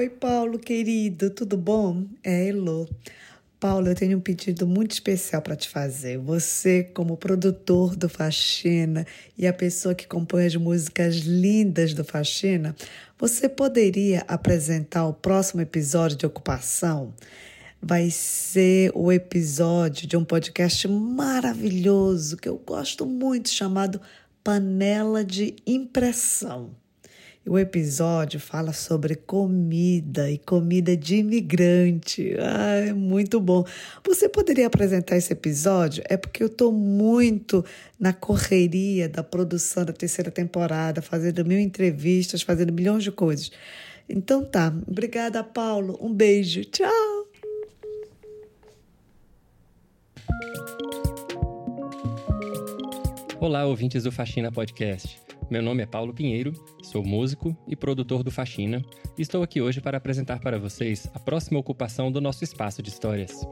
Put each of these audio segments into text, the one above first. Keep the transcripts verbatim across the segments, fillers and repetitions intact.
Oi, Paulo, querido, tudo bom? É Elô. Paulo, eu tenho um pedido muito especial para te fazer. Você, como produtor do Faxina e a pessoa que compõe as músicas lindas do Faxina, você poderia apresentar o próximo episódio de Ocupação? Vai ser o episódio de um podcast maravilhoso que eu gosto muito, chamado Panela de Impressão. O episódio fala sobre comida e comida de imigrante. Ah, é muito bom. Você poderia apresentar esse episódio? É porque eu estou muito na correria da produção da terceira temporada, fazendo mil entrevistas, fazendo milhões de coisas. Então tá. Obrigada, Paulo. Um beijo. Tchau. Olá, ouvintes do Faxina Podcast. Meu nome é Paulo Pinheiro, sou músico e produtor do Faxina e estou aqui hoje para apresentar para vocês a próxima ocupação do nosso espaço de histórias.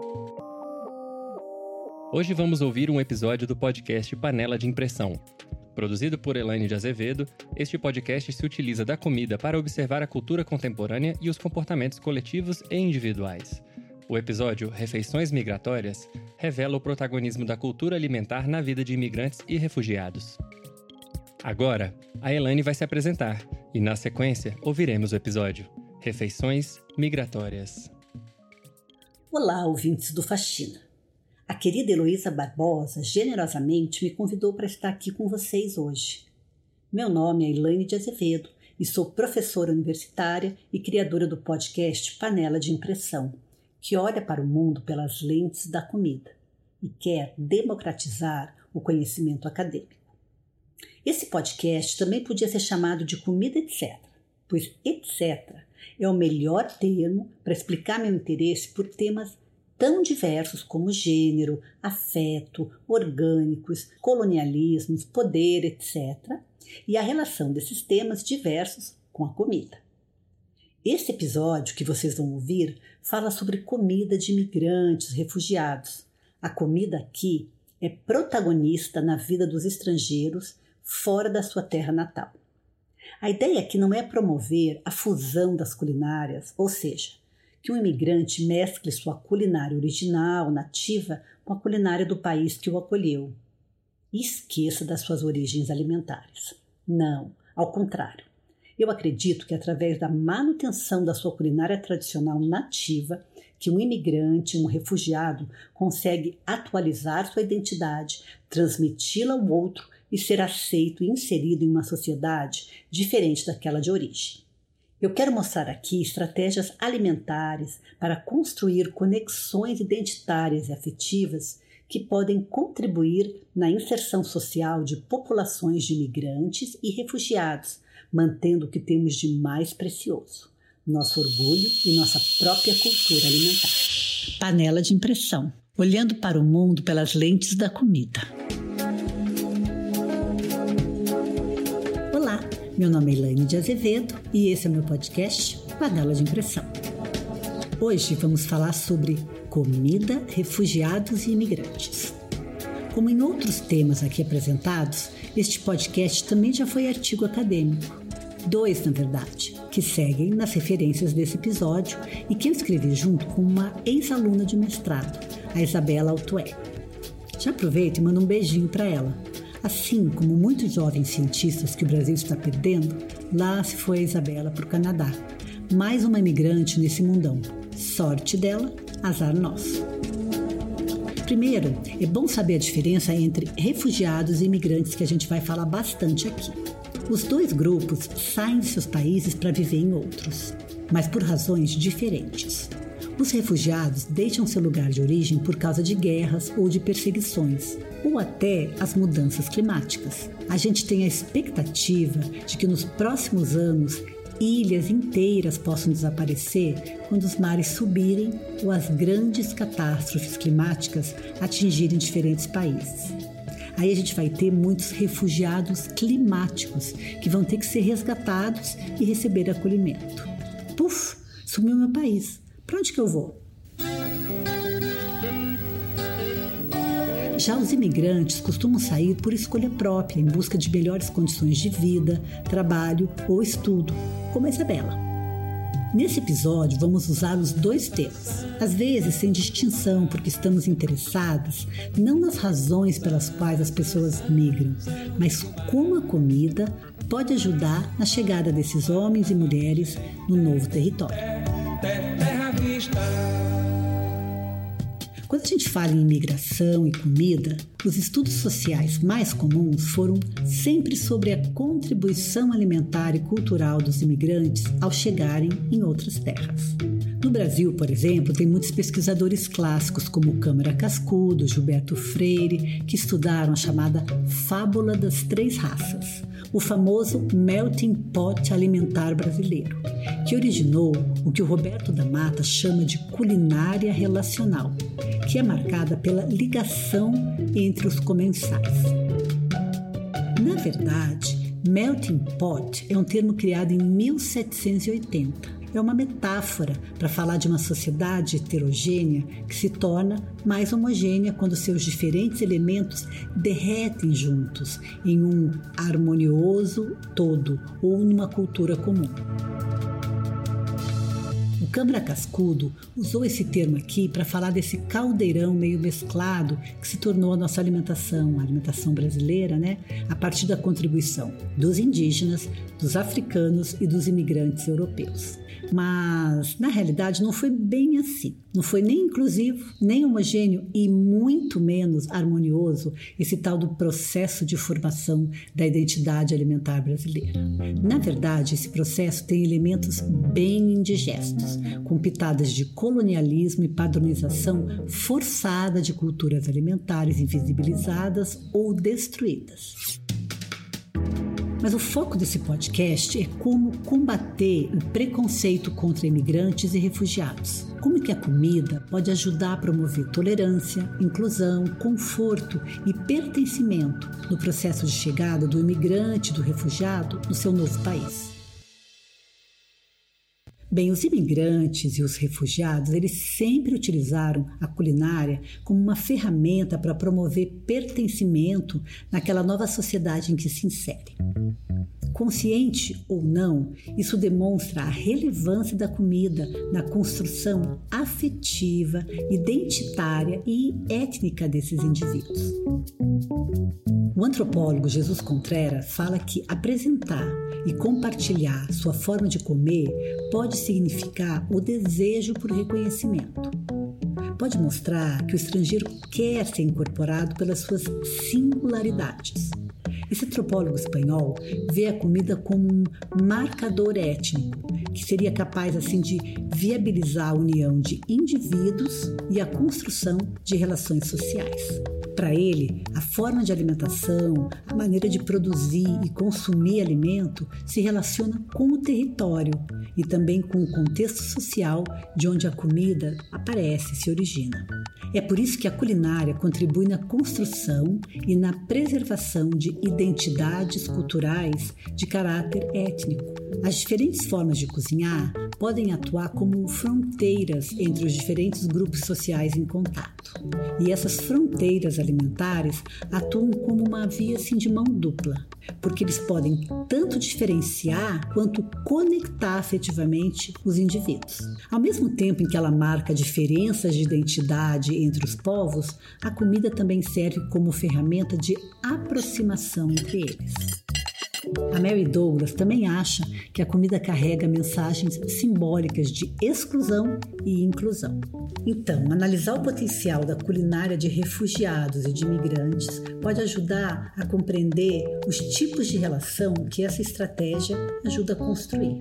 Hoje vamos ouvir um episódio do podcast Panela de Impressão. Produzido por Elaine de Azevedo, este podcast se utiliza da comida para observar a cultura contemporânea e os comportamentos coletivos e individuais. O episódio Refeições Migratórias revela o protagonismo da cultura alimentar na vida de imigrantes e refugiados. Agora, a Elaine vai se apresentar e, na sequência, ouviremos o episódio Refeições Migratórias. Olá, ouvintes do Faxina. A querida Heloísa Barbosa generosamente me convidou para estar aqui com vocês hoje. Meu nome é Elaine de Azevedo e sou professora universitária e criadora do podcast Panela de Impressão, que olha para o mundo pelas lentes da comida e quer democratizar o conhecimento acadêmico. Esse podcast também podia ser chamado de Comida Etc, pois etc é o melhor termo para explicar meu interesse por temas tão diversos como gênero, afeto, orgânicos, colonialismos, poder, etcétera, e a relação desses temas diversos com a comida. Esse episódio que vocês vão ouvir fala sobre comida de imigrantes, refugiados. A comida aqui é protagonista na vida dos estrangeiros fora da sua terra natal. A ideia aqui não é promover a fusão das culinárias, ou seja, que um imigrante mescle sua culinária original, nativa, com a culinária do país que o acolheu. E esqueça das suas origens alimentares. Não, ao contrário. Eu acredito que através da manutenção da sua culinária tradicional nativa, que um imigrante, um refugiado, consegue atualizar sua identidade, transmiti-la ao outro e ser aceito e inserido em uma sociedade diferente daquela de origem. Eu quero mostrar aqui estratégias alimentares para construir conexões identitárias e afetivas que podem contribuir na inserção social de populações de imigrantes e refugiados, mantendo o que temos de mais precioso, nosso orgulho e nossa própria cultura alimentar. Panela de Impressão, olhando para o mundo pelas lentes da comida. Olá, meu nome é Elaine de Azevedo e esse é o meu podcast Panela de Impressão. Hoje vamos falar sobre comida, refugiados e imigrantes. Como em outros temas aqui apresentados, este podcast também já foi artigo acadêmico. Dois, na verdade, que seguem nas referências desse episódio e que eu escrevi junto com uma ex-aluna de mestrado, a Isabela Altué. Já aproveito e mando um beijinho para ela. Assim como muitos jovens cientistas que o Brasil está perdendo, lá se foi a Isabela para o Canadá. Mais uma imigrante nesse mundão. Sorte dela, azar nosso. Primeiro, é bom saber a diferença entre refugiados e imigrantes, que a gente vai falar bastante aqui. Os dois grupos saem de seus países para viver em outros, mas por razões diferentes. Os refugiados deixam seu lugar de origem por causa de guerras ou de perseguições, ou até as mudanças climáticas. A gente tem a expectativa de que nos próximos anos ilhas inteiras possam desaparecer quando os mares subirem ou as grandes catástrofes climáticas atingirem diferentes países. Aí a gente vai ter muitos refugiados climáticos que vão ter que ser resgatados e receber acolhimento. Puf, sumiu meu país. Para onde que eu vou? Já os imigrantes costumam sair por escolha própria, em busca de melhores condições de vida, trabalho ou estudo, como a Isabela. Nesse episódio, vamos usar os dois termos, às vezes sem distinção, porque estamos interessados não nas razões pelas quais as pessoas migram, mas como a comida pode ajudar na chegada desses homens e mulheres no novo território. Quando a gente fala em imigração e comida, os estudos sociais mais comuns foram sempre sobre a contribuição alimentar e cultural dos imigrantes ao chegarem em outras terras. No Brasil, por exemplo, tem muitos pesquisadores clássicos como Câmara Cascudo, Gilberto Freire, que estudaram a chamada Fábula das Três Raças, o famoso melting pot alimentar brasileiro, que originou o que o Roberto da Mata chama de culinária relacional, que é marcada pela ligação entre os comensais. Na verdade, melting pot é um termo criado em mil setecentos e oitenta. É uma metáfora para falar de uma sociedade heterogênea que se torna mais homogênea quando seus diferentes elementos derretem juntos em um harmonioso todo ou numa cultura comum. O Câmara Cascudo usou esse termo aqui para falar desse caldeirão meio mesclado que se tornou a nossa alimentação, a alimentação brasileira, né? A partir da contribuição dos indígenas, dos africanos e dos imigrantes europeus. Mas, na realidade, não foi bem assim. Não foi nem inclusivo, nem homogêneo e muito menos harmonioso esse tal do processo de formação da identidade alimentar brasileira. Na verdade, esse processo tem elementos bem indigestos, com pitadas de colonialismo e padronização forçada de culturas alimentares invisibilizadas ou destruídas. Mas o foco desse podcast é como combater o preconceito contra imigrantes e refugiados. Como que a comida pode ajudar a promover tolerância, inclusão, conforto e pertencimento no processo de chegada do imigrante e do refugiado no seu novo país. Bem, os imigrantes e os refugiados, eles sempre utilizaram a culinária como uma ferramenta para promover pertencimento naquela nova sociedade em que se inserem. Consciente ou não, isso demonstra a relevância da comida na construção afetiva, identitária e étnica desses indivíduos. O antropólogo Jesus Contreras fala que apresentar e compartilhar sua forma de comer pode significar o desejo por reconhecimento. Pode mostrar que o estrangeiro quer ser incorporado pelas suas singularidades. Esse antropólogo espanhol vê a comida como um marcador étnico, que seria capaz assim de viabilizar a união de indivíduos e a construção de relações sociais. Para ele, a forma de alimentação, a maneira de produzir e consumir alimento se relaciona com o território e também com o contexto social de onde a comida aparece e se origina. É por isso que a culinária contribui na construção e na preservação de identidades culturais de caráter étnico. As diferentes formas de cozinhar podem atuar como fronteiras entre os diferentes grupos sociais em contato. E essas fronteiras alimentares atuam como uma via assim, de mão dupla, porque eles podem tanto diferenciar quanto conectar afetivamente os indivíduos. Ao mesmo tempo em que ela marca diferenças de identidade entre os povos, a comida também serve como ferramenta de aproximação entre eles. A Mary Douglas também acha que a comida carrega mensagens simbólicas de exclusão e inclusão. Então, analisar o potencial da culinária de refugiados e de imigrantes pode ajudar a compreender os tipos de relação que essa estratégia ajuda a construir.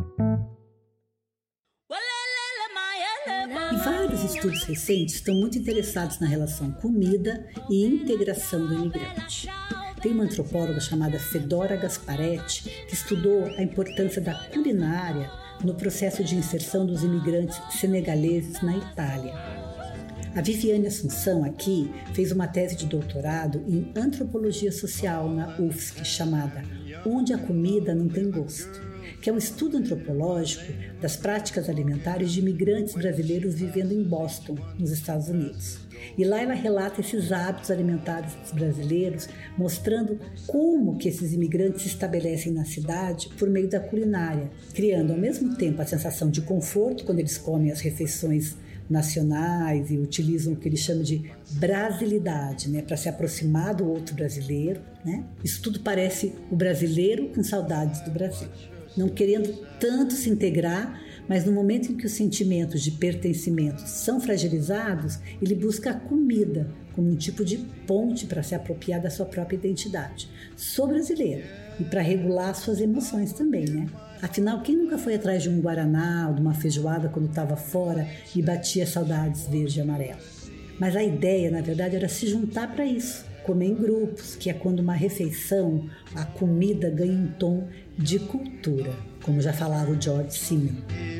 E vários estudos recentes estão muito interessados na relação comida e integração do imigrante. Tem uma antropóloga chamada Fedora Gasparetti que estudou a importância da culinária no processo de inserção dos imigrantes senegaleses na Itália. A Viviane Assunção aqui fez uma tese de doutorado em antropologia social na U F S C chamada Onde a Comida Não Tem Gosto. que é um estudo antropológico das práticas alimentares de imigrantes brasileiros vivendo em Boston, nos Estados Unidos. E lá ela relata esses hábitos alimentares dos brasileiros, mostrando como que esses imigrantes se estabelecem na cidade por meio da culinária, criando ao mesmo tempo a sensação de conforto quando eles comem as refeições nacionais e utilizam o que eles chamam de brasilidade, né, para se aproximar do outro brasileiro, né? Isso tudo parece o brasileiro com saudades do Brasil, não querendo tanto se integrar, mas no momento em que os sentimentos de pertencimento são fragilizados, ele busca a comida como um tipo de ponte para se apropriar da sua própria identidade. Sou brasileiro e para regular suas emoções também, né? Afinal, quem nunca foi atrás de um guaraná ou de uma feijoada quando estava fora e batia saudades verde e amarelo? Mas a ideia, na verdade, era se juntar para isso, comer em grupos, que é quando uma refeição, a comida ganha um tom de cultura, como já falava o George Simenon.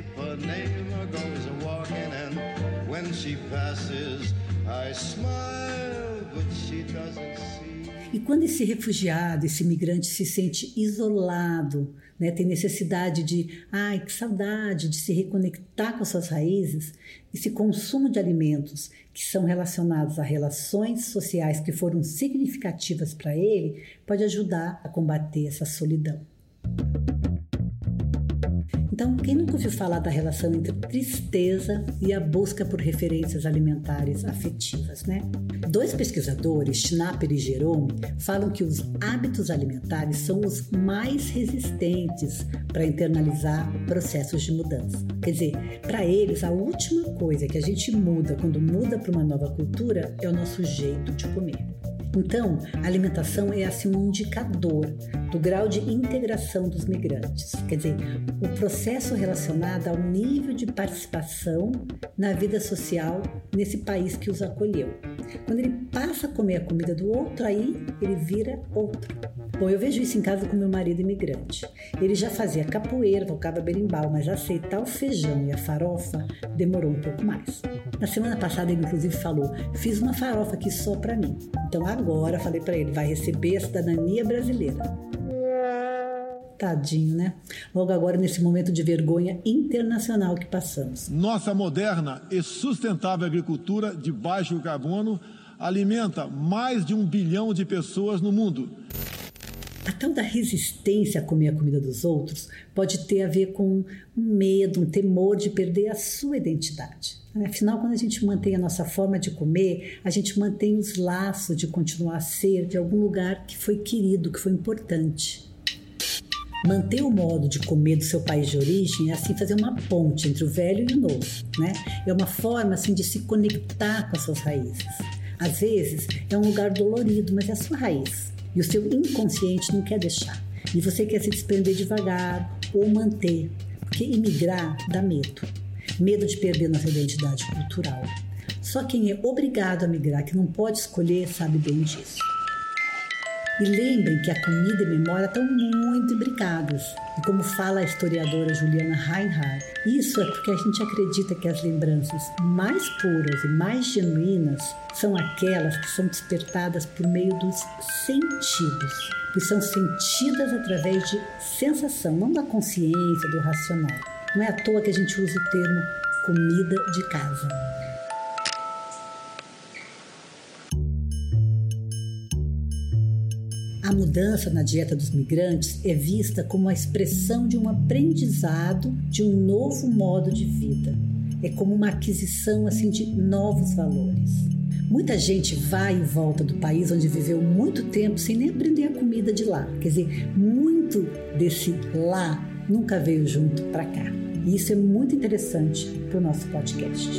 E quando esse refugiado, esse imigrante se sente isolado, né, tem necessidade de, ai, que saudade de se reconectar com as suas raízes, esse consumo de alimentos que são relacionados a relações sociais que foram significativas para ele, pode ajudar a combater essa solidão. Então, quem nunca ouviu falar da relação entre tristeza e a busca por referências alimentares afetivas, né? Dois pesquisadores, Schnapper e Jerome, falam que os hábitos alimentares são os mais resistentes para internalizar processos de mudança. Quer dizer, para eles, a última coisa que a gente muda quando muda para uma nova cultura é o nosso jeito de comer. Então, a alimentação é assim um indicador do grau de integração dos migrantes, quer dizer, o processo relacionado ao nível de participação na vida social nesse país que os acolheu. Quando ele passa a comer a comida do outro, aí ele vira outro. Bom, eu vejo isso em casa com meu marido imigrante. Ele já fazia capoeira, tocava berimbau, mas aceitar o feijão e a farofa demorou um pouco mais. Na semana passada ele inclusive falou, fiz uma farofa aqui só para mim. Então agora falei para ele, vai receber a cidadania brasileira. Tadinho, né? Logo agora nesse momento de vergonha internacional que passamos. Nossa moderna e sustentável agricultura de baixo carbono alimenta mais de um bilhão de pessoas no mundo. A tal da resistência a comer a comida dos outros pode ter a ver com um medo, um temor de perder a sua identidade. Afinal, quando a gente mantém a nossa forma de comer, a gente mantém os laços de continuar a ser de algum lugar que foi querido, que foi importante. Manter o modo de comer do seu país de origem é assim fazer uma ponte entre o velho e o novo, né? É uma forma assim de se conectar com as suas raízes. Às vezes é um lugar dolorido, mas é a sua raiz. E o seu inconsciente não quer deixar. E você quer se desprender devagar ou manter. Porque imigrar dá medo. Medo de perder nossa identidade cultural. Só quem é obrigado a migrar, que não pode escolher, sabe bem disso. E lembrem que a comida e a memória estão muito imbricadas. E como fala a historiadora Juliana Reinhardt, isso é porque a gente acredita que as lembranças mais puras e mais genuínas são aquelas que são despertadas por meio dos sentidos, que são sentidas através de sensação, não da consciência, do racional. Não é à toa que a gente usa o termo comida de casa. A mudança na dieta dos migrantes é vista como a expressão de um aprendizado de um novo modo de vida. É como uma aquisição assim, de novos valores. Muita gente vai e volta do país onde viveu muito tempo sem nem aprender a comida de lá. Quer dizer, muito desse lá nunca veio junto para cá. E isso é muito interessante para o nosso podcast.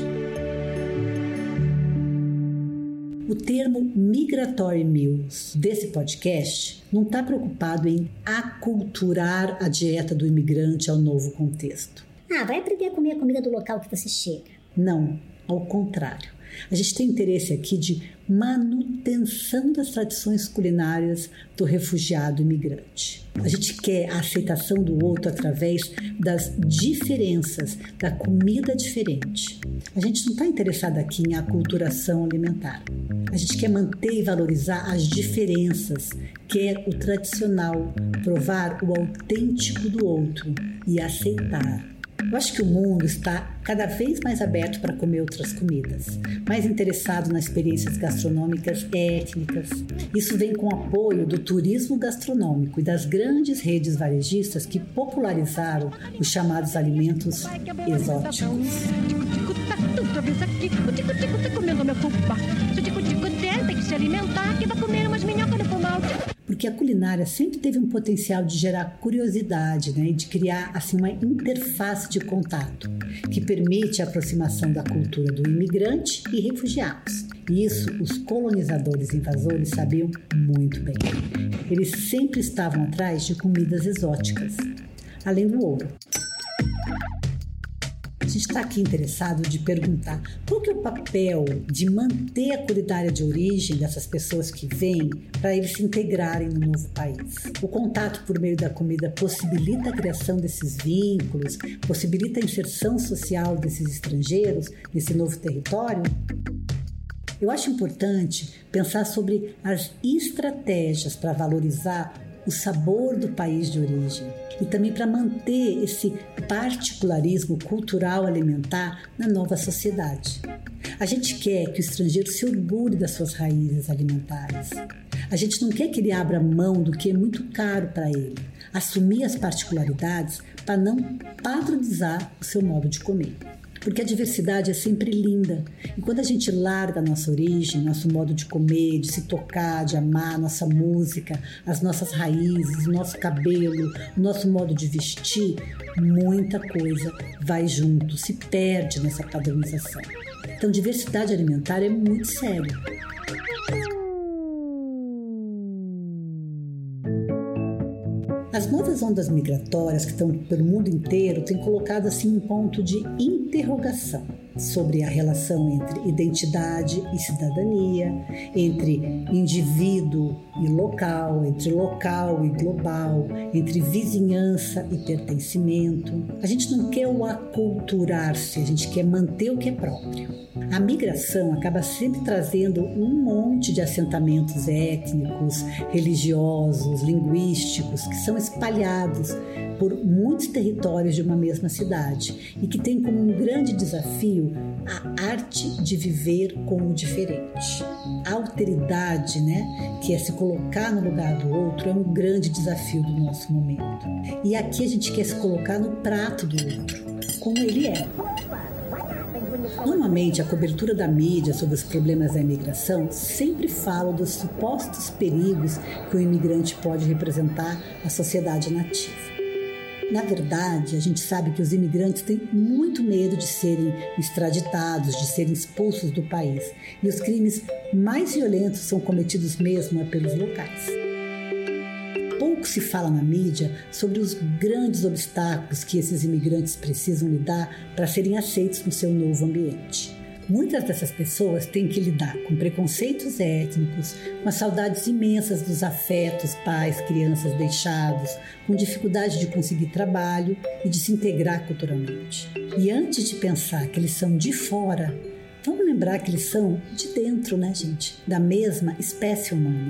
O termo Migratory Meals desse podcast não está preocupado em aculturar a dieta do imigrante ao novo contexto. Ah, vai aprender a comer a comida do local que você chega. Não, ao contrário. A gente tem interesse aqui de manutenção das tradições culinárias do refugiado imigrante. A gente quer a aceitação do outro através das diferenças, da comida diferente. A gente não está interessado aqui em aculturação alimentar. A gente quer manter e valorizar as diferenças, quer o tradicional, provar o autêntico do outro e aceitar. Eu acho que o mundo está cada vez mais aberto para comer outras comidas, mais interessado nas experiências gastronômicas étnicas. Isso vem com o apoio do turismo gastronômico e das grandes redes varejistas que popularizaram os chamados alimentos exóticos. Porque a culinária sempre teve um potencial de gerar curiosidade, né? E de criar assim, uma interface de contato que permite a aproximação da cultura do imigrante e refugiados. E isso os colonizadores e invasores sabiam muito bem. Eles sempre estavam atrás de comidas exóticas, além do ouro. A gente está aqui interessado de perguntar qual que é o papel de manter a culinária de origem dessas pessoas que vêm para eles se integrarem no novo país. O contato por meio da comida possibilita a criação desses vínculos, possibilita a inserção social desses estrangeiros nesse novo território? Eu acho importante pensar sobre as estratégias para valorizar o sabor do país de origem e também para manter esse particularismo cultural alimentar na nova sociedade. A gente quer que o estrangeiro se orgulhe das suas raízes alimentares. A gente não quer que ele abra mão do que é muito caro para ele, assumir as particularidades para não padronizar o seu modo de comer. Porque a diversidade é sempre linda. E quando a gente larga a nossa origem, nosso modo de comer, de se tocar, de amar, nossa música, as nossas raízes, o nosso cabelo, o nosso modo de vestir, muita coisa vai junto, se perde nessa padronização. Então, diversidade alimentar é muito sério. As novas ondas migratórias que estão pelo mundo inteiro têm colocado assim um ponto de interrogação sobre a relação entre identidade e cidadania, entre indivíduo e local, entre local e global, entre vizinhança e pertencimento. A gente não quer o aculturar-se, a gente quer manter o que é próprio. A migração acaba sempre trazendo um monte de assentamentos étnicos, religiosos, linguísticos, que são espalhados por muitos territórios de uma mesma cidade e que tem como um grande desafio a arte de viver com o diferente. A alteridade, né, que é se colocar no lugar do outro, é um grande desafio do nosso momento. E aqui a gente quer se colocar no prato do outro, como ele é. Normalmente, a cobertura da mídia sobre os problemas da imigração sempre fala dos supostos perigos que o imigrante pode representar à sociedade nativa. Na verdade, a gente sabe que os imigrantes têm muito medo de serem extraditados, de serem expulsos do país. E os crimes mais violentos são cometidos mesmo pelos locais. Pouco se fala na mídia sobre os grandes obstáculos que esses imigrantes precisam lidar para serem aceitos no seu novo ambiente. Muitas dessas pessoas têm que lidar com preconceitos étnicos, com as saudades imensas dos afetos, pais, crianças deixados, com dificuldade de conseguir trabalho e de se integrar culturalmente. E antes de pensar que eles são de fora, vamos lembrar que eles são de dentro, né, gente? Da mesma espécie humana.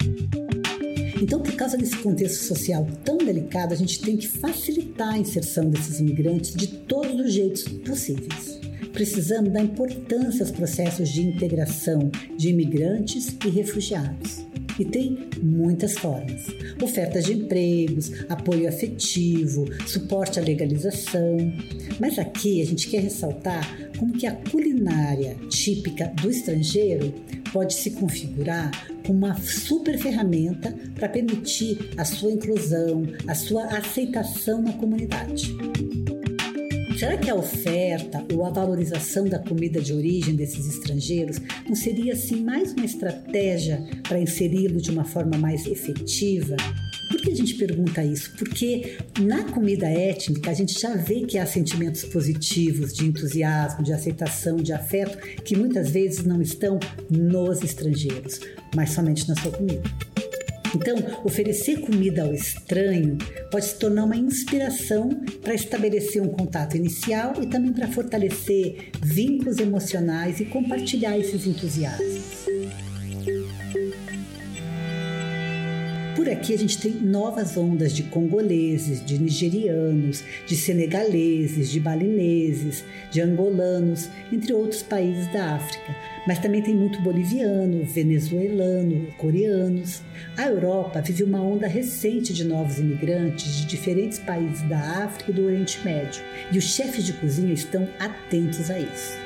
Então, por causa desse contexto social tão delicado, a gente tem que facilitar a inserção desses imigrantes de todos os jeitos possíveis. Precisamos dar importância aos processos de integração de imigrantes e refugiados. E tem muitas formas. Ofertas de empregos, apoio afetivo, suporte à legalização. Mas aqui a gente quer ressaltar como que a culinária típica do estrangeiro pode se configurar como uma super ferramenta para permitir a sua inclusão, a sua aceitação na comunidade. Será que a oferta ou a valorização da comida de origem desses estrangeiros não seria assim mais uma estratégia para inseri-los de uma forma mais efetiva? Por que a gente pergunta isso? Porque na comida étnica a gente já vê que há sentimentos positivos de entusiasmo, de aceitação, de afeto, que muitas vezes não estão nos estrangeiros, mas somente na sua comida. Então, oferecer comida ao estranho pode se tornar uma inspiração para estabelecer um contato inicial e também para fortalecer vínculos emocionais e compartilhar esses entusiasmos. Por aqui a gente tem novas ondas de congoleses, de nigerianos, de senegaleses, de balineses, de angolanos, entre outros países da África. Mas também tem muito boliviano, venezuelano, coreanos. A Europa vive uma onda recente de novos imigrantes de diferentes países da África e do Oriente Médio. E os chefes de cozinha estão atentos a isso.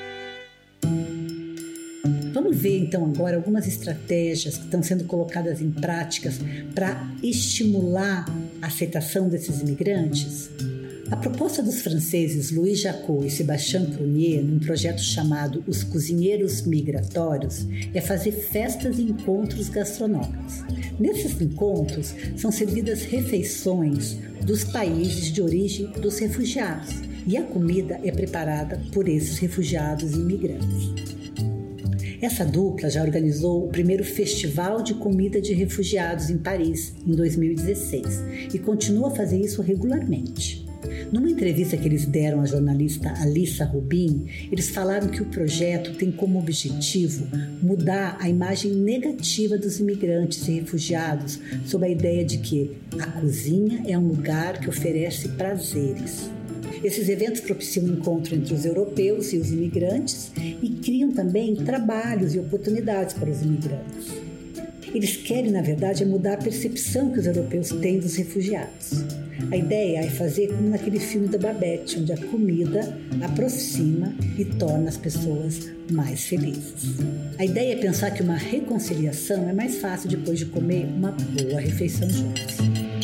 Vamos ver então agora algumas estratégias que estão sendo colocadas em práticas para estimular a aceitação desses imigrantes. A proposta dos franceses Louis Jacot e Sébastien Prunier, num projeto chamado Os Cozinheiros Migratórios, é fazer festas e encontros gastronômicos. Nesses encontros são servidas refeições dos países de origem dos refugiados e a comida é preparada por esses refugiados e imigrantes. Essa dupla já organizou o primeiro Festival de Comida de Refugiados em Paris, em dois mil e dezesseis, e continua a fazer isso regularmente. Numa entrevista que eles deram à jornalista Alissa Rubin, eles falaram que o projeto tem como objetivo mudar a imagem negativa dos imigrantes e refugiados sob a ideia de que a cozinha é um lugar que oferece prazeres. Esses eventos propiciam um encontro entre os europeus e os imigrantes e criam também trabalhos e oportunidades para os imigrantes. Eles querem, na verdade, mudar a percepção que os europeus têm dos refugiados. A ideia é fazer como naquele filme da Babette, onde a comida aproxima e torna as pessoas mais felizes. A ideia é pensar que uma reconciliação é mais fácil depois de comer uma boa refeição juntos.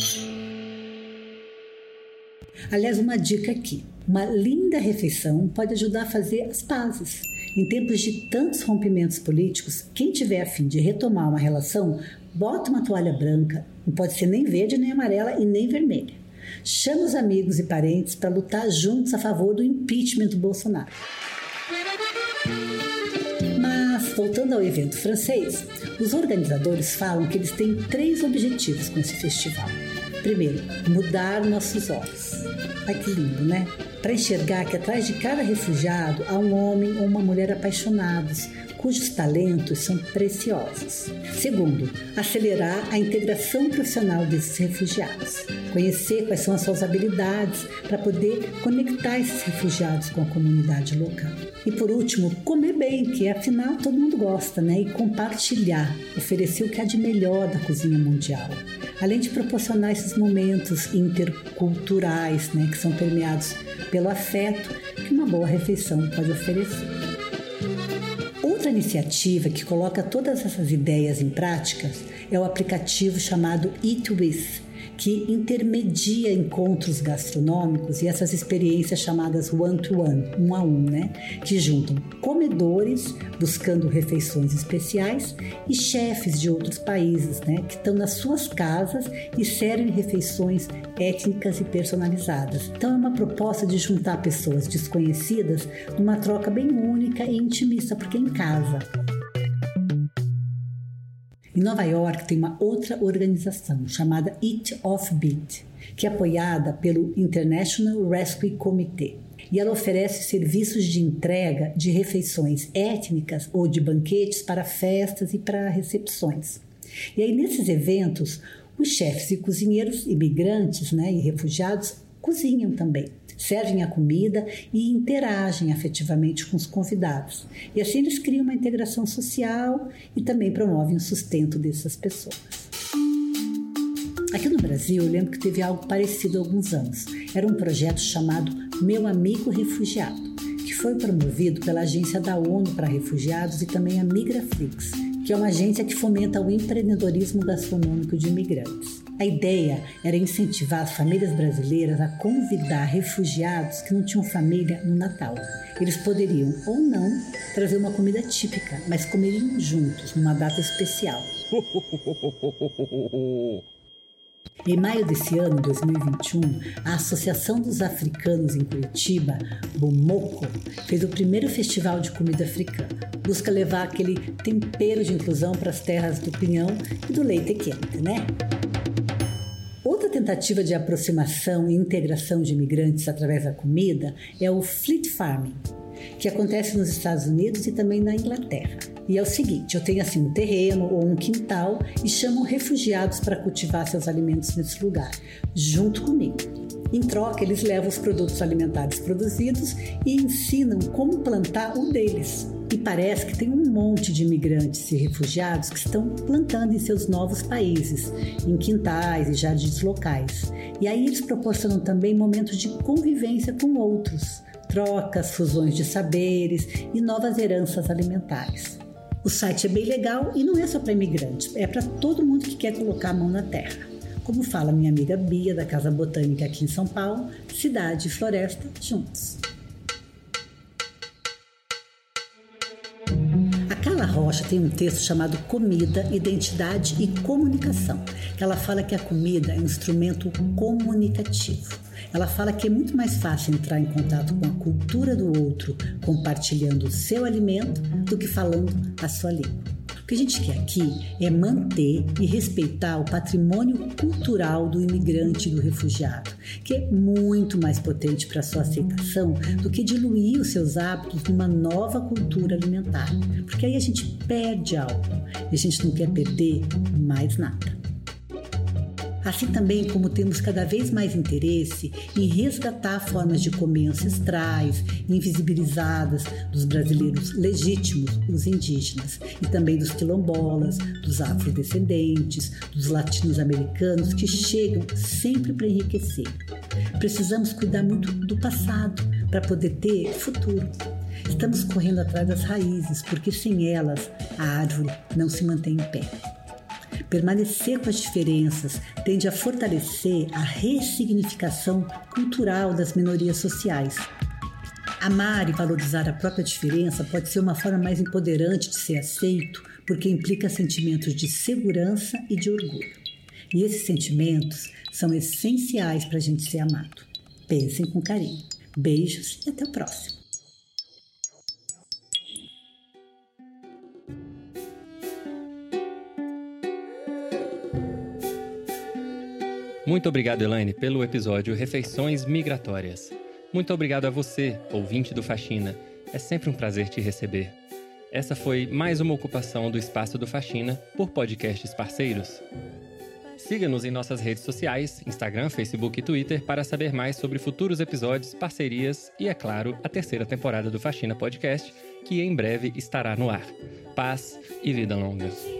Aliás, uma dica aqui. Uma linda refeição pode ajudar a fazer as pazes. Em tempos de tantos rompimentos políticos, quem tiver a fim de retomar uma relação, bota uma toalha branca, não pode ser nem verde, nem amarela e nem vermelha. Chama os amigos e parentes para lutar juntos a favor do impeachment do Bolsonaro. Mas, voltando ao evento francês, os organizadores falam que eles têm três objetivos com esse festival. Primeiro, mudar nossos olhos. Ai, que lindo, né? Para enxergar que atrás de cada refugiado há um homem ou uma mulher apaixonados, cujos talentos são preciosos. Segundo, acelerar a integração profissional desses refugiados. Conhecer quais são as suas habilidades para poder conectar esses refugiados com a comunidade local. E por último, comer bem, que afinal todo mundo gosta, né? E compartilhar, oferecer o que há de melhor da cozinha mundial. Além de proporcionar esses momentos interculturais, né? Que são permeados pelo afeto que uma boa refeição pode oferecer. Outra iniciativa que coloca todas essas ideias em práticas é o aplicativo chamado Eat With, que intermedia encontros gastronômicos e essas experiências chamadas one-to-one, um a um, né? Que juntam comedores buscando refeições especiais e chefes de outros países, né? Que estão nas suas casas e servem refeições étnicas e personalizadas. Então é uma proposta de juntar pessoas desconhecidas numa troca bem única e intimista, porque é em casa. Em Nova York tem uma outra organização chamada Eat Off Beat, que é apoiada pelo International Rescue Committee. E ela oferece serviços de entrega de refeições étnicas ou de banquetes para festas e para recepções. E aí nesses eventos, os chefes e cozinheiros imigrantes, né, e refugiados cozinham também. Servem a comida e interagem afetivamente com os convidados. E assim eles criam uma integração social e também promovem o sustento dessas pessoas. Aqui no Brasil, eu lembro que teve algo parecido há alguns anos. Era um projeto chamado Meu Amigo Refugiado, que foi promovido pela Agência da ONU para Refugiados e também a Migraflix, que é uma agência que fomenta o empreendedorismo gastronômico de imigrantes. A ideia era incentivar as famílias brasileiras a convidar refugiados que não tinham família no Natal. Eles poderiam ou não trazer uma comida típica, mas comeriam juntos numa data especial. Em maio desse ano, dois mil e vinte e um, a Associação dos Africanos em Curitiba, Bomoko, fez o primeiro festival de comida africana. Busca levar aquele tempero de inclusão para as terras do pinhão e do leite quente, né? Outra tentativa de aproximação e integração de imigrantes através da comida é o Fleet Farming, que acontece nos Estados Unidos e também na Inglaterra. E é o seguinte, eu tenho assim um terreno ou um quintal e chamo refugiados para cultivar seus alimentos nesse lugar, junto comigo. Em troca, eles levam os produtos alimentares produzidos e ensinam como plantar um deles. E parece que tem um monte de imigrantes e refugiados que estão plantando em seus novos países, em quintais e jardins locais. E aí eles proporcionam também momentos de convivência com outros, trocas, fusões de saberes e novas heranças alimentares. O site é bem legal e não é só para imigrantes, é para todo mundo que quer colocar a mão na terra. Como fala minha amiga Bia, da Casa Botânica aqui em São Paulo, cidade e floresta juntos. A Carla Rocha tem um texto chamado Comida, Identidade e Comunicação. Ela fala que a comida é um instrumento comunicativo. Ela fala que é muito mais fácil entrar em contato com a cultura do outro compartilhando o seu alimento do que falando a sua língua. O que a gente quer aqui é manter e respeitar o patrimônio cultural do imigrante e do refugiado, que é muito mais potente para a sua aceitação do que diluir os seus hábitos numa nova cultura alimentar, porque aí a gente perde algo e a gente não quer perder mais nada. Assim também como temos cada vez mais interesse em resgatar formas de comer ancestrais, invisibilizadas dos brasileiros legítimos, os indígenas, e também dos quilombolas, dos afrodescendentes, dos latinos-americanos que chegam sempre para enriquecer. Precisamos cuidar muito do passado para poder ter futuro. Estamos correndo atrás das raízes, porque sem elas a árvore não se mantém em pé. Permanecer com as diferenças tende a fortalecer a ressignificação cultural das minorias sociais. Amar e valorizar a própria diferença pode ser uma forma mais empoderante de ser aceito, porque implica sentimentos de segurança e de orgulho. E esses sentimentos são essenciais para a gente ser amado. Pensem com carinho. Beijos e até o próximo. Muito obrigado, Elaine, pelo episódio Refeições Migratórias. Muito obrigado a você, ouvinte do Faxina. É sempre um prazer te receber. Essa foi mais uma ocupação do Espaço do Faxina por podcasts parceiros. Siga-nos em nossas redes sociais, Instagram, Facebook e Twitter, para saber mais sobre futuros episódios, parcerias e, é claro, a terceira temporada do Faxina Podcast, que em breve estará no ar. Paz e vida longa.